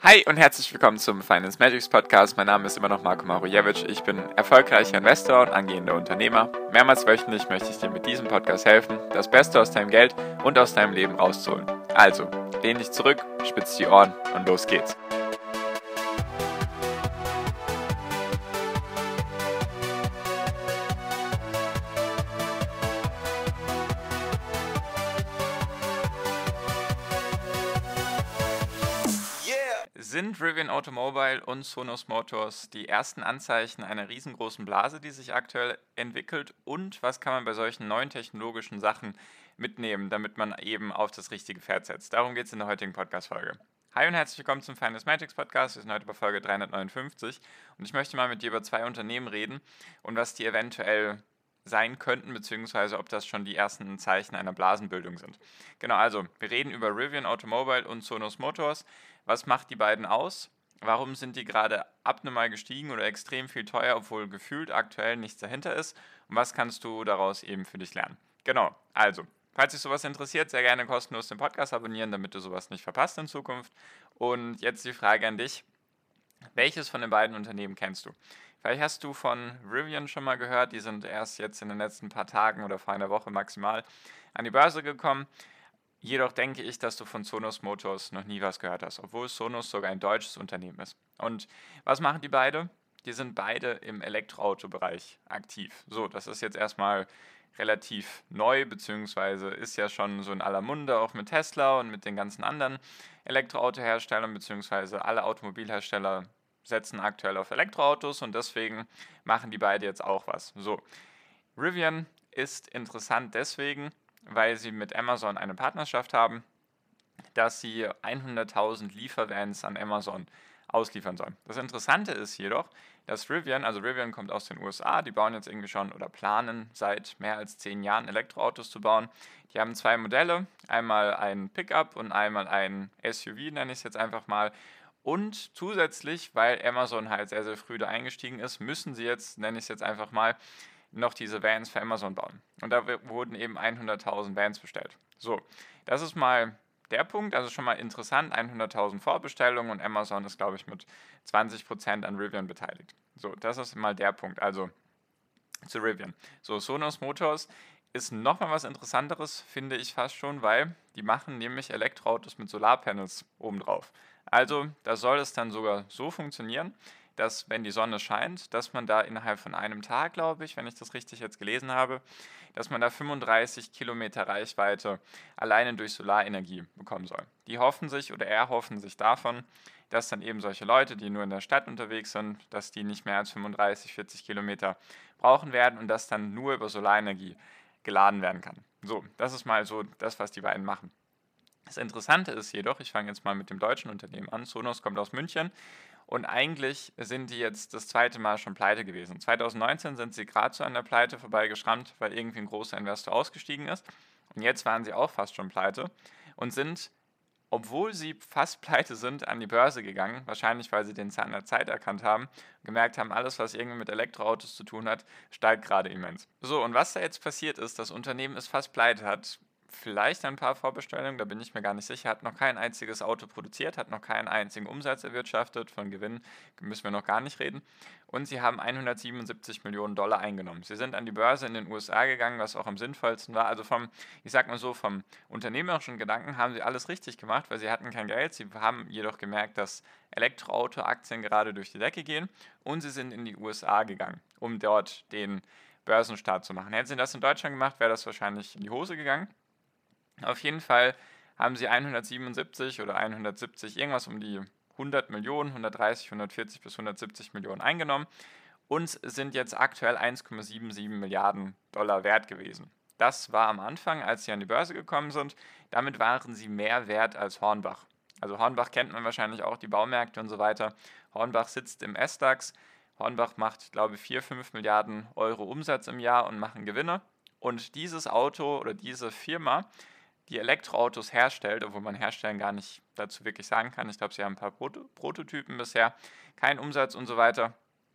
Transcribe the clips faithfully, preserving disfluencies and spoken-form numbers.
Hi und herzlich willkommen zum Finance Magics Podcast. Mein Name ist immer noch Marko Marujewicz. Ich bin erfolgreicher Investor und angehender Unternehmer. Mehrmals wöchentlich möchte ich dir mit diesem Podcast helfen, das Beste aus deinem Geld und aus deinem Leben rauszuholen. Also, lehn dich zurück, spitz die Ohren und los geht's. Sind Rivian Automobile und Sonos Motors die ersten Anzeichen einer riesengroßen Blase, die sich aktuell entwickelt? Und was kann man bei solchen neuen technologischen Sachen mitnehmen, damit man eben auf das richtige Pferd setzt? Darum geht es in der heutigen Podcast-Folge. Hi und herzlich willkommen zum Finance Magics Podcast. Wir sind heute bei Folge dreihundertneunundfünfzig und ich möchte mal mit dir über zwei Unternehmen reden und was die eventuell sein könnten, beziehungsweise ob das schon die ersten Zeichen einer Blasenbildung sind. Genau, also wir reden über Rivian Automobile und Sonos Motors. Was macht die beiden aus? Warum sind die gerade abnormal gestiegen oder extrem viel teuer, obwohl gefühlt aktuell nichts dahinter ist? Und was kannst du daraus eben für dich lernen? Genau, also, falls dich sowas interessiert, sehr gerne kostenlos den Podcast abonnieren, damit du sowas nicht verpasst in Zukunft. Und jetzt die Frage an dich: Welches von den beiden Unternehmen kennst du? Vielleicht hast du von Rivian schon mal gehört, die sind erst jetzt in den letzten paar Tagen oder vor einer Woche maximal an die Börse gekommen. Jedoch denke ich, dass du von Sonos Motors noch nie was gehört hast, obwohl Sonos sogar ein deutsches Unternehmen ist. Und was machen die beide? Die sind beide im Elektroautobereich aktiv. So, das ist jetzt erstmal relativ neu, beziehungsweise ist ja schon so in aller Munde, auch mit Tesla und mit den ganzen anderen Elektroautoherstellern, beziehungsweise alle Automobilhersteller setzen aktuell auf Elektroautos und deswegen machen die beide jetzt auch was. So, Rivian ist interessant deswegen, weil sie mit Amazon eine Partnerschaft haben, dass sie hunderttausend Liefervans an Amazon ausliefern sollen. Das Interessante ist jedoch, dass Rivian, also Rivian kommt aus den U S A, die bauen jetzt irgendwie schon oder planen seit mehr als zehn Jahren Elektroautos zu bauen. Die haben zwei Modelle, einmal ein Pickup und einmal ein S U V, nenne ich es jetzt einfach mal. Und zusätzlich, weil Amazon halt sehr, sehr früh da eingestiegen ist, müssen sie jetzt, nenne ich es jetzt einfach mal, noch diese Vans für Amazon bauen. Und da wurden eben hunderttausend Vans bestellt. So, das ist mal der Punkt, also schon mal interessant, hunderttausend Vorbestellungen und Amazon ist, glaube ich, mit zwanzig Prozent an Rivian beteiligt. So, das ist mal der Punkt, also zu Rivian. So, Sonos Motors ist nochmal was Interessanteres, finde ich fast schon, weil die machen nämlich Elektroautos mit Solarpanels obendrauf. Also, da soll es dann sogar so funktionieren, dass, wenn die Sonne scheint, dass man da innerhalb von einem Tag, glaube ich, wenn ich das richtig jetzt gelesen habe, dass man da fünfunddreißig Kilometer Reichweite alleine durch Solarenergie bekommen soll. Die hoffen sich oder erhoffen sich davon, dass dann eben solche Leute, die nur in der Stadt unterwegs sind, dass die nicht mehr als fünfunddreißig, vierzig Kilometer brauchen werden und das dann nur über Solarenergie geladen werden kann. So, das ist mal so das, was die beiden machen. Das Interessante ist jedoch, ich fange jetzt mal mit dem deutschen Unternehmen an, Sonos kommt aus München und eigentlich sind die jetzt das zweite Mal schon pleite gewesen. zwanzig neunzehn sind sie gerade so an der Pleite vorbeigeschrammt, weil irgendwie ein großer Investor ausgestiegen ist und jetzt waren sie auch fast schon pleite und sind, obwohl sie fast pleite sind, an die Börse gegangen, wahrscheinlich weil sie den Zahn der Zeit erkannt haben und gemerkt haben, alles, was irgendwie mit Elektroautos zu tun hat, steigt gerade immens. So, und was da jetzt passiert ist, das Unternehmen ist fast pleite, hat vielleicht ein paar Vorbestellungen, da bin ich mir gar nicht sicher, hat noch kein einziges Auto produziert, hat noch keinen einzigen Umsatz erwirtschaftet, von Gewinn müssen wir noch gar nicht reden und sie haben hundertsiebenundsiebzig Millionen Dollar eingenommen. Sie sind an die Börse in den U S A gegangen, was auch am sinnvollsten war, also vom, ich sag mal so, vom unternehmerischen Gedanken haben sie alles richtig gemacht, weil sie hatten kein Geld, sie haben jedoch gemerkt, dass Elektroauto-Aktien gerade durch die Decke gehen und sie sind in die U S A gegangen, um dort den Börsenstart zu machen. Hätten sie das in Deutschland gemacht, wäre das wahrscheinlich in die Hose gegangen. Auf jeden Fall haben sie hundertsiebenundsiebzig oder hundertsiebzig, irgendwas um die hundert Millionen, hundertdreißig, hundertvierzig bis hundertsiebzig Millionen eingenommen und sind jetzt aktuell eins Komma siebenundsiebzig Milliarden Dollar wert gewesen. Das war am Anfang, als sie an die Börse gekommen sind. Damit waren sie mehr wert als Hornbach. Also Hornbach kennt man wahrscheinlich auch, die Baumärkte und so weiter. Hornbach sitzt im S-DAX. Hornbach macht, glaube ich, vier, fünf Milliarden Euro Umsatz im Jahr und machen Gewinne. Und dieses Auto oder diese Firma, die Elektroautos herstellt, obwohl man herstellen gar nicht dazu wirklich sagen kann. Ich glaube, sie haben ein paar Proto- Prototypen bisher, keinen Umsatz und so weiter.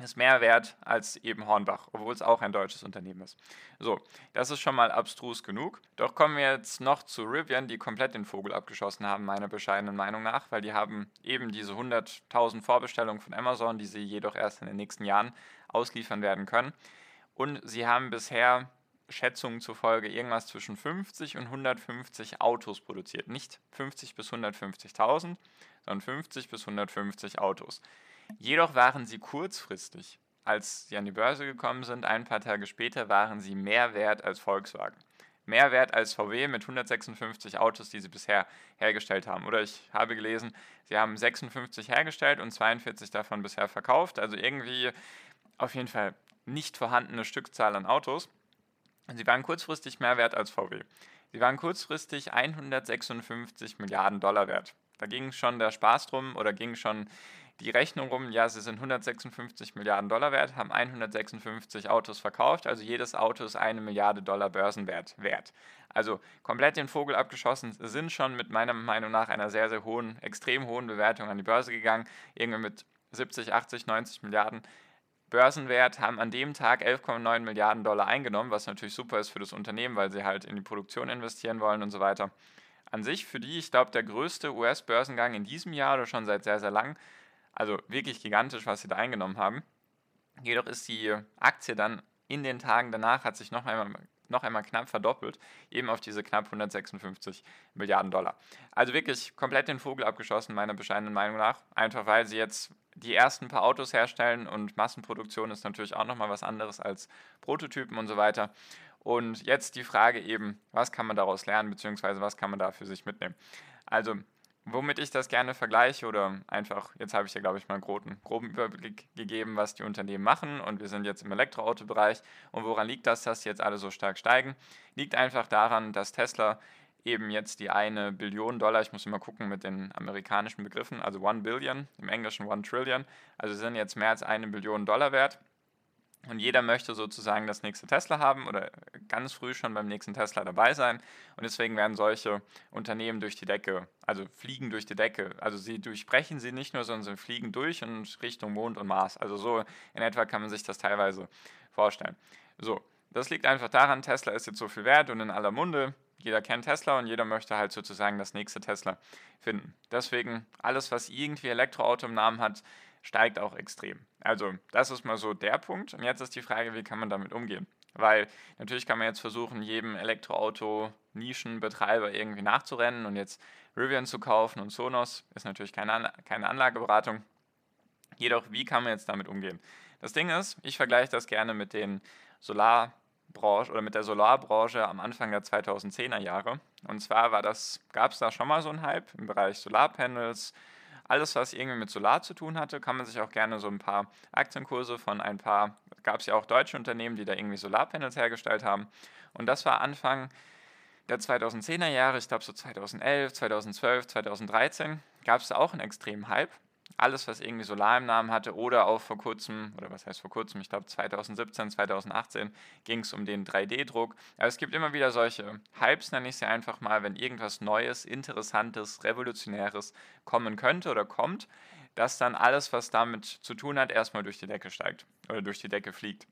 ist mehr wert als eben Hornbach, obwohl es auch ein deutsches Unternehmen ist. So, das ist schon mal abstrus genug. Doch kommen wir jetzt noch zu Rivian, die komplett den Vogel abgeschossen haben, meiner bescheidenen Meinung nach, weil die haben eben diese hunderttausend Vorbestellungen von Amazon, die sie jedoch erst in den nächsten Jahren ausliefern werden können. Und sie haben bisher Schätzungen zufolge irgendwas zwischen fünfzig und hundertfünfzig Autos produziert. Nicht fünfzig bis hundertfünfzigtausend, sondern fünfzig bis hundertfünfzig Autos. Jedoch waren sie kurzfristig, als sie an die Börse gekommen sind, ein paar Tage später waren sie mehr wert als Volkswagen. Mehr wert als V W mit hundertsechsundfünfzig Autos, die sie bisher hergestellt haben. Oder ich habe gelesen, sie haben sechsundfünfzig hergestellt und zweiundvierzig davon bisher verkauft. Also irgendwie auf jeden Fall nicht vorhandene Stückzahl an Autos. Und sie waren kurzfristig mehr wert als V W. Sie waren kurzfristig hundertsechsundfünfzig Milliarden Dollar wert. Da ging schon der Spaß drum oder ging schon die Rechnung rum, ja, sie sind hundertsechsundfünfzig Milliarden Dollar wert, haben hundertsechsundfünfzig Autos verkauft, also jedes Auto ist eine Milliarde Dollar Börsenwert wert. Also komplett den Vogel abgeschossen, sind schon mit meiner Meinung nach einer sehr, sehr hohen, extrem hohen Bewertung an die Börse gegangen, irgendwie mit siebzig, achtzig, neunzig Milliarden Börsenwert, haben an dem Tag elf Komma neun Milliarden Dollar eingenommen, was natürlich super ist für das Unternehmen, weil sie halt in die Produktion investieren wollen und so weiter. An sich für die, ich glaube, der größte U S-Börsengang in diesem Jahr oder schon seit sehr, sehr lang. Also wirklich gigantisch, was sie da eingenommen haben. Jedoch ist die Aktie dann in den Tagen danach, hat sich noch einmal, noch einmal knapp verdoppelt, eben auf diese knapp hundertsechsundfünfzig Milliarden Dollar. Also wirklich komplett den Vogel abgeschossen, meiner bescheidenen Meinung nach. Einfach weil sie jetzt die ersten paar Autos herstellen und Massenproduktion ist natürlich auch nochmal was anderes als Prototypen und so weiter. Und jetzt die Frage eben, was kann man daraus lernen, beziehungsweise was kann man da für sich mitnehmen. Also womit ich das gerne vergleiche oder einfach, jetzt habe ich ja, glaube ich, mal einen groben, groben Überblick gegeben, was die Unternehmen machen und wir sind jetzt im Elektroautobereich und woran liegt das, dass die jetzt alle so stark steigen? Liegt einfach daran, dass Tesla eben jetzt die eine Billion Dollar, ich muss immer gucken mit den amerikanischen Begriffen, also one Billion, im Englischen one Trillion, also sind jetzt mehr als eine Billion Dollar wert. Und jeder möchte sozusagen das nächste Tesla haben oder ganz früh schon beim nächsten Tesla dabei sein. Und deswegen werden solche Unternehmen durch die Decke, also fliegen durch die Decke. Also sie durchbrechen sie nicht nur, sondern sie fliegen durch und Richtung Mond und Mars. Also so in etwa kann man sich das teilweise vorstellen. So, das liegt einfach daran, Tesla ist jetzt so viel wert und in aller Munde. Jeder kennt Tesla und jeder möchte halt sozusagen das nächste Tesla finden. Deswegen alles, was irgendwie Elektroauto im Namen hat, steigt auch extrem. Also das ist mal so der Punkt. Und jetzt ist die Frage, wie kann man damit umgehen? Weil natürlich kann man jetzt versuchen, jedem Elektroauto-Nischenbetreiber irgendwie nachzurennen und jetzt Rivian zu kaufen und Sonos ist natürlich keine, An keine Anlageberatung. Jedoch, wie kann man jetzt damit umgehen? Das Ding ist, ich vergleiche das gerne mit den Solarbranche oder mit der Solarbranche am Anfang der zweitausendzehner Jahre. Und zwar war das, gab es da schon mal so einen Hype im Bereich Solarpanels. Alles, was irgendwie mit Solar zu tun hatte, kann man sich auch gerne so ein paar Aktienkurse von ein paar, gab es ja auch deutsche Unternehmen, die da irgendwie Solarpanels hergestellt haben. Und das war Anfang der zweitausendzehner Jahre, ich glaube so zweitausendelf, zweitausendzwölf, zweitausenddreizehn, gab es da auch einen extremen Hype. Alles, was irgendwie Solar im Namen hatte oder auch vor kurzem, oder was heißt vor kurzem, ich glaube zweitausendsiebzehn, zweitausendachtzehn ging es um den drei D-Druck. Aber es gibt immer wieder solche Hypes, nenne ich sie einfach mal, wenn irgendwas Neues, Interessantes, Revolutionäres kommen könnte oder kommt, dass dann alles, was damit zu tun hat, erstmal durch die Decke steigt oder durch die Decke fliegt.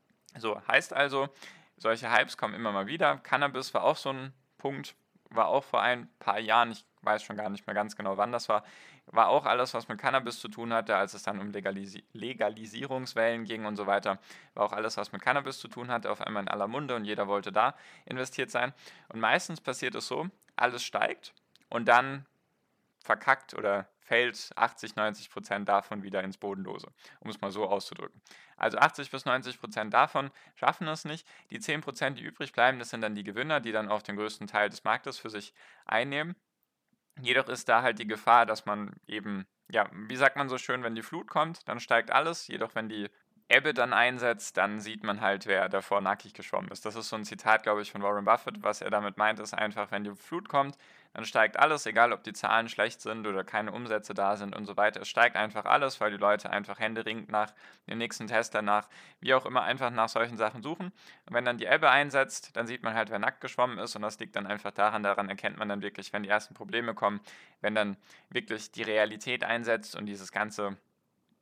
So, heißt also, solche Hypes kommen immer mal wieder. Cannabis war auch so ein Punkt, war auch vor ein paar Jahren, ich weiß schon gar nicht mehr ganz genau, wann das war, war auch alles, was mit Cannabis zu tun hatte, als es dann um Legalisi Legalisierungswellen ging und so weiter, war auch alles, was mit Cannabis zu tun hatte, auf einmal in aller Munde und jeder wollte da investiert sein. Und meistens passiert es so, alles steigt und dann verkackt oder fällt achtzig, neunzig Prozent davon wieder ins Bodenlose, um es mal so auszudrücken. Also achtzig bis neunzig Prozent davon schaffen es nicht. Die zehn Prozent, die übrig bleiben, das sind dann die Gewinner, die dann auch den größten Teil des Marktes für sich einnehmen. Jedoch ist da halt die Gefahr, dass man eben, ja, wie sagt man so schön, wenn die Flut kommt, dann steigt alles. Jedoch wenn die Ebbe dann einsetzt, dann sieht man halt, wer davor nackig geschwommen ist. Das ist so ein Zitat, glaube ich, von Warren Buffett. Was er damit meint, ist einfach, wenn die Flut kommt, dann steigt alles, egal ob die Zahlen schlecht sind oder keine Umsätze da sind und so weiter. Es steigt einfach alles, weil die Leute einfach händeringend nach dem nächsten Tesla, nach wie auch immer, einfach nach solchen Sachen suchen. Und wenn dann die Ebbe einsetzt, dann sieht man halt, wer nackt geschwommen ist und das liegt dann einfach daran, daran erkennt man dann wirklich, wenn die ersten Probleme kommen, wenn dann wirklich die Realität einsetzt und dieses ganze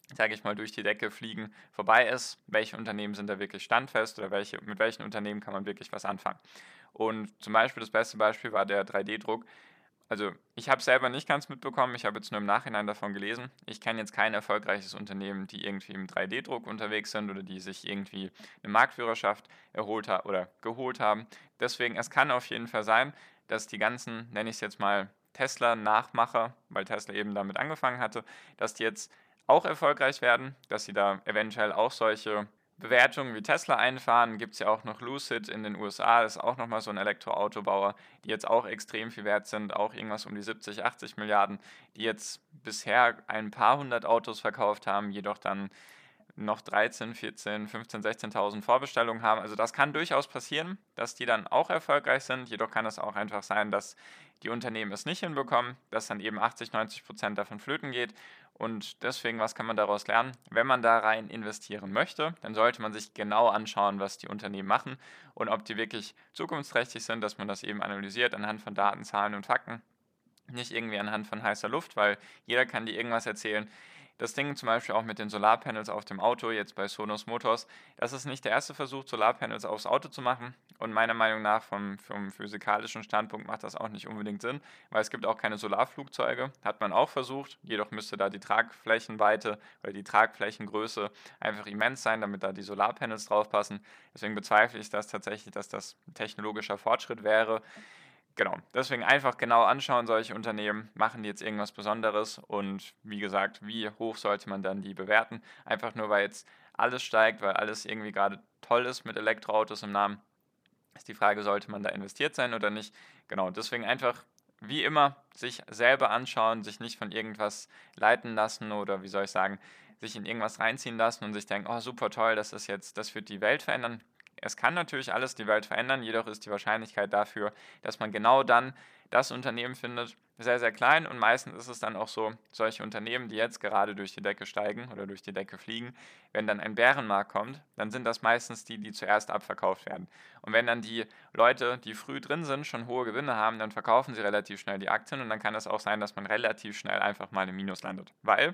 sage ich mal, durch die Decke fliegen, vorbei ist. Welche Unternehmen sind da wirklich standfest oder welche, mit welchen Unternehmen kann man wirklich was anfangen? Und zum Beispiel das beste Beispiel war der drei D-Druck. Also, ich habe es selber nicht ganz mitbekommen, ich habe jetzt nur im Nachhinein davon gelesen. Ich kenne jetzt kein erfolgreiches Unternehmen, die irgendwie im drei D-Druck unterwegs sind oder die sich irgendwie eine Marktführerschaft erholt ha oder geholt haben. Deswegen, es kann auf jeden Fall sein, dass die ganzen, nenne ich es jetzt mal, Tesla-Nachmacher, weil Tesla eben damit angefangen hatte, dass die jetzt auch erfolgreich werden, dass sie da eventuell auch solche Bewertungen wie Tesla einfahren. Gibt es ja auch noch Lucid in den U S A, das ist auch nochmal so ein Elektroautobauer, die jetzt auch extrem viel wert sind, auch irgendwas um die siebzig, achtzig Milliarden, die jetzt bisher ein paar hundert Autos verkauft haben, jedoch dann noch dreizehn, vierzehn, fünfzehn, sechzehntausend Vorbestellungen haben. Also das kann durchaus passieren, dass die dann auch erfolgreich sind. Jedoch kann es auch einfach sein, dass die Unternehmen es nicht hinbekommen, dass dann eben achtzig, neunzig Prozent davon flöten geht. Und deswegen, was kann man daraus lernen? Wenn man da rein investieren möchte, dann sollte man sich genau anschauen, was die Unternehmen machen und ob die wirklich zukunftsträchtig sind, dass man das eben analysiert anhand von Daten, Zahlen und Fakten. Nicht irgendwie anhand von heißer Luft, weil jeder kann dir irgendwas erzählen. Das Ding zum Beispiel auch mit den Solarpanels auf dem Auto, jetzt bei Sonos Motors, das ist nicht der erste Versuch, Solarpanels aufs Auto zu machen. Und meiner Meinung nach vom, vom physikalischen Standpunkt macht das auch nicht unbedingt Sinn, weil es gibt auch keine Solarflugzeuge. Hat man auch versucht, jedoch müsste da die Tragflächenweite oder die Tragflächengröße einfach immens sein, damit da die Solarpanels draufpassen. Deswegen bezweifle ich das tatsächlich, dass das ein technologischer Fortschritt wäre. Genau, deswegen einfach genau anschauen, solche Unternehmen, machen die jetzt irgendwas Besonderes und wie gesagt, wie hoch sollte man dann die bewerten? Einfach nur, weil jetzt alles steigt, weil alles irgendwie gerade toll ist mit Elektroautos im Namen, ist die Frage, sollte man da investiert sein oder nicht? Genau, deswegen einfach wie immer sich selber anschauen, sich nicht von irgendwas leiten lassen oder wie soll ich sagen, sich in irgendwas reinziehen lassen und sich denken, oh super toll, das ist jetzt, das wird die Welt verändern. Es kann natürlich alles die Welt verändern, jedoch ist die Wahrscheinlichkeit dafür, dass man genau dann das Unternehmen findet, sehr, sehr klein und meistens ist es dann auch so, solche Unternehmen, die jetzt gerade durch die Decke steigen oder durch die Decke fliegen, wenn dann ein Bärenmarkt kommt, dann sind das meistens die, die zuerst abverkauft werden. Und wenn dann die Leute, die früh drin sind, schon hohe Gewinne haben, dann verkaufen sie relativ schnell die Aktien und dann kann es auch sein, dass man relativ schnell einfach mal im Minus landet. Weil,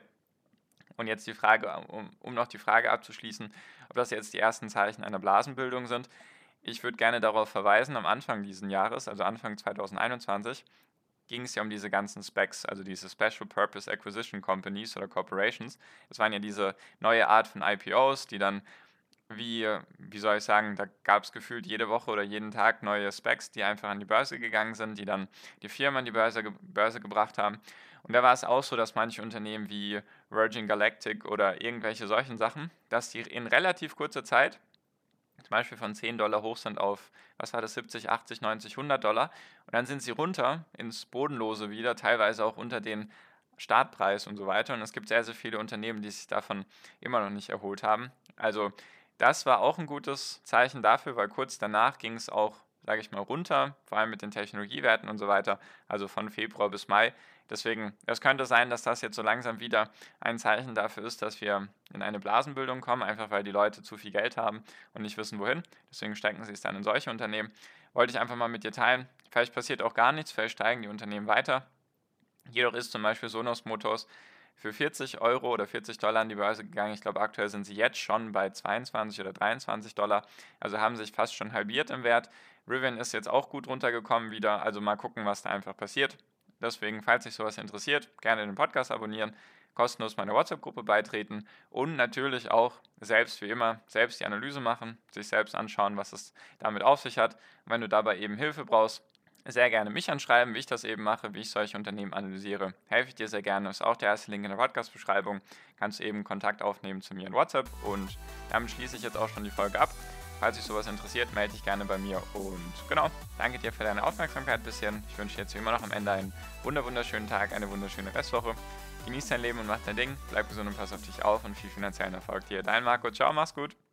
und jetzt die Frage, um, um noch die Frage abzuschließen, ob das jetzt die ersten Zeichen einer Blasenbildung sind. Ich würde gerne darauf verweisen, am Anfang dieses Jahres, also Anfang zwanzig einundzwanzig, ging es ja um diese ganzen Specs, also diese Special Purpose Acquisition Companies oder Corporations. Das waren ja diese neue Art von I P Os, die dann wie, wie soll ich sagen, da gab es gefühlt jede Woche oder jeden Tag neue Specs, die einfach an die Börse gegangen sind, die dann die Firmen an die Börse, ge Börse gebracht haben. Und da war es auch so, dass manche Unternehmen wie Virgin Galactic oder irgendwelche solchen Sachen, dass die in relativ kurzer Zeit zum Beispiel von zehn Dollar hoch sind auf, was war das, siebzig, achtzig, neunzig, hundert Dollar. Und dann sind sie runter ins Bodenlose wieder, teilweise auch unter den Startpreis und so weiter. Und es gibt sehr, sehr viele Unternehmen, die sich davon immer noch nicht erholt haben. Also das war auch ein gutes Zeichen dafür, weil kurz danach ging es auch, sage ich mal, runter, vor allem mit den Technologiewerten und so weiter, also von Februar bis Mai. Deswegen, es könnte sein, dass das jetzt so langsam wieder ein Zeichen dafür ist, dass wir in eine Blasenbildung kommen, einfach weil die Leute zu viel Geld haben und nicht wissen, wohin. Deswegen stecken sie es dann in solche Unternehmen. Wollte ich einfach mal mit dir teilen. Vielleicht passiert auch gar nichts, vielleicht steigen die Unternehmen weiter. Jedoch ist zum Beispiel Sonos Motors für vierzig Euro oder vierzig Dollar an die Börse gegangen. Ich glaube, aktuell sind sie jetzt schon bei zweiundzwanzig oder dreiundzwanzig Dollar. Also haben sich fast schon halbiert im Wert. Rivian ist jetzt auch gut runtergekommen wieder. Also mal gucken, was da einfach passiert. Deswegen, falls sich sowas interessiert, gerne den Podcast abonnieren, kostenlos meiner WhatsApp-Gruppe beitreten und natürlich auch selbst wie immer selbst die Analyse machen, sich selbst anschauen, was es damit auf sich hat. Und wenn du dabei eben Hilfe brauchst, sehr gerne mich anschreiben, wie ich das eben mache, wie ich solche Unternehmen analysiere. Helfe ich dir sehr gerne. Ist auch der erste Link in der Podcast-Beschreibung. Kannst du eben Kontakt aufnehmen zu mir in WhatsApp. Und damit schließe ich jetzt auch schon die Folge ab. Falls dich sowas interessiert, melde dich gerne bei mir. Und genau, danke dir für deine Aufmerksamkeit bisher. Ich wünsche dir jetzt wie immer noch am Ende einen wunderschönen Tag, eine wunderschöne Restwoche. Genieß dein Leben und mach dein Ding. Bleib gesund und pass auf dich auf und viel finanziellen Erfolg dir. Dein Marco. Ciao, mach's gut.